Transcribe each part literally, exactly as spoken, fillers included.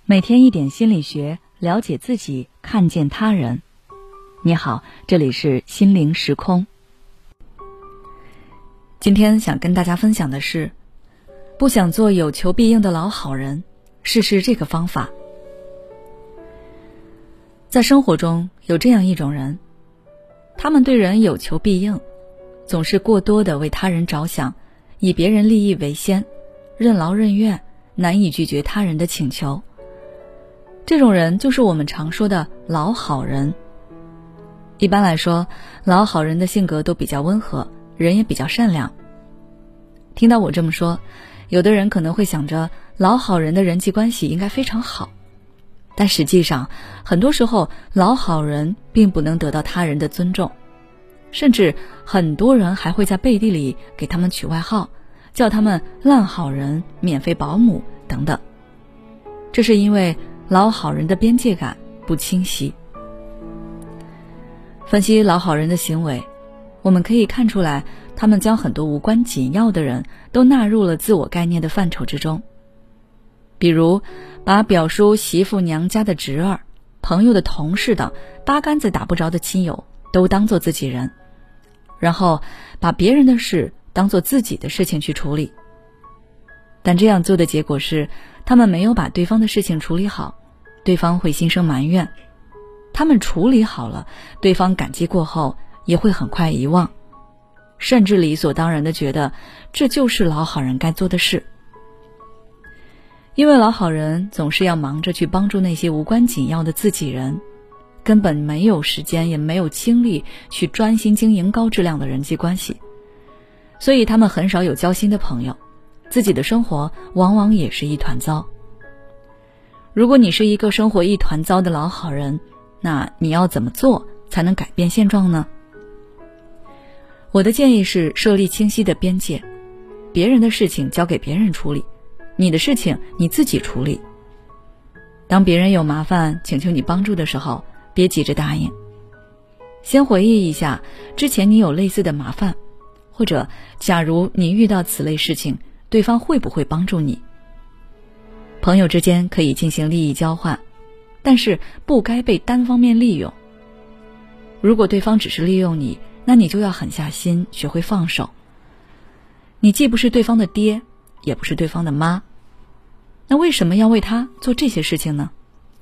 每天一点心理学，了解自己，看见他人。你好，这里是心灵时空。今天想跟大家分享的是，不想做有求必应的老好人，试试这个方法。在生活中有这样一种人，他们对人有求必应，总是过多的为他人着想，以别人利益为先，任劳任怨，难以拒绝他人的请求。这种人就是我们常说的老好人。一般来说，老好人的性格都比较温和，人也比较善良。听到我这么说，有的人可能会想着老好人的人际关系应该非常好，但实际上很多时候老好人并不能得到他人的尊重，甚至很多人还会在背地里给他们取外号，叫他们烂好人、免费保姆等等。这是因为老好人的边界感不清晰。分析老好人的行为，我们可以看出来，他们将很多无关紧要的人都纳入了自我概念的范畴之中。比如把表叔、媳妇、娘家的侄儿、朋友的同事等八竿子打不着的亲友都当作自己人，然后把别人的事当作自己的事情去处理。但这样做的结果是，他们没有把对方的事情处理好，对方会心生埋怨；他们处理好了，对方感激过后也会很快遗忘，甚至理所当然地觉得这就是老好人该做的事。因为老好人总是要忙着去帮助那些无关紧要的自己人，根本没有时间也没有精力去专心经营高质量的人际关系，所以他们很少有交心的朋友，自己的生活往往也是一团糟。如果你是一个生活一团糟的老好人，那你要怎么做才能改变现状呢？我的建议是设立清晰的边界，别人的事情交给别人处理，你的事情你自己处理。当别人有麻烦请求你帮助的时候，别急着答应，先回忆一下之前你有类似的麻烦，或者假如你遇到此类事情，对方会不会帮助你？朋友之间可以进行利益交换，但是不该被单方面利用。如果对方只是利用你，那你就要狠下心，学会放手。你既不是对方的爹，也不是对方的妈，那为什么要为他做这些事情呢？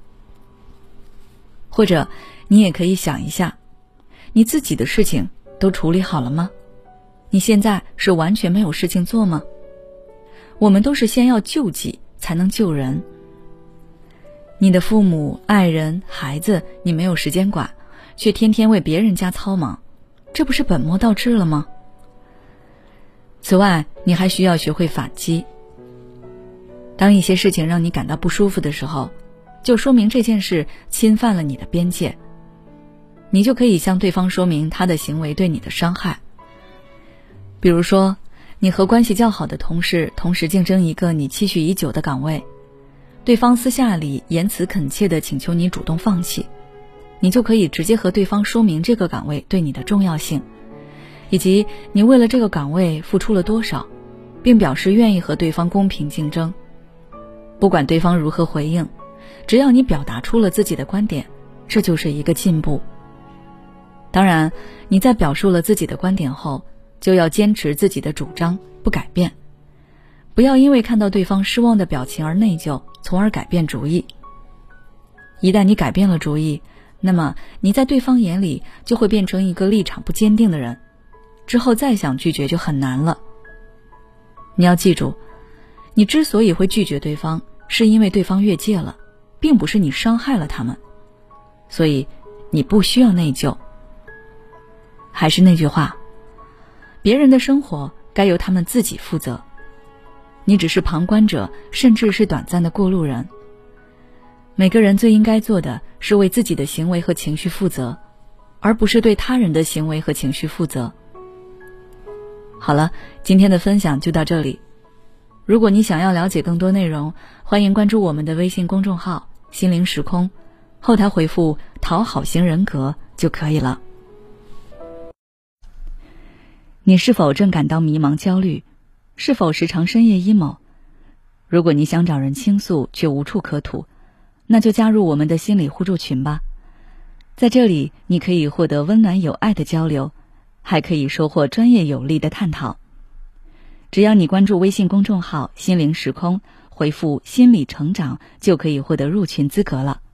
或者你也可以想一下，你自己的事情都处理好了吗？你现在是完全没有事情做吗？我们都是先要救己才能救人。你的父母、爱人、孩子你没有时间管，却天天为别人家操忙，这不是本末倒置了吗？此外，你还需要学会反击。当一些事情让你感到不舒服的时候，就说明这件事侵犯了你的边界，你就可以向对方说明他的行为对你的伤害。比如说，你和关系较好的同事同时竞争一个你期许已久的岗位，对方私下里言辞恳切地请求你主动放弃，你就可以直接和对方说明这个岗位对你的重要性，以及你为了这个岗位付出了多少，并表示愿意和对方公平竞争。不管对方如何回应，只要你表达出了自己的观点，这就是一个进步。当然，你在表述了自己的观点后，就要坚持自己的主张，不改变。不要因为看到对方失望的表情而内疚，从而改变主意。一旦你改变了主意，那么你在对方眼里就会变成一个立场不坚定的人，之后再想拒绝就很难了。你要记住，你之所以会拒绝对方，是因为对方越界了，并不是你伤害了他们，所以你不需要内疚。还是那句话，别人的生活该由他们自己负责，你只是旁观者，甚至是短暂的过路人。每个人最应该做的是为自己的行为和情绪负责，而不是对他人的行为和情绪负责。好了，今天的分享就到这里。如果你想要了解更多内容，欢迎关注我们的微信公众号心灵时空，后台回复讨好型人格就可以了。你是否正感到迷茫焦虑？是否时常深夜 emo？ 如果你想找人倾诉却无处可吐， 那就加入我们的心理互助群吧。在这里，你可以获得温暖有爱的交流，还可以收获专业有力的探讨。只要你关注微信公众号心灵时空，回复心理成长，就可以获得入群资格了。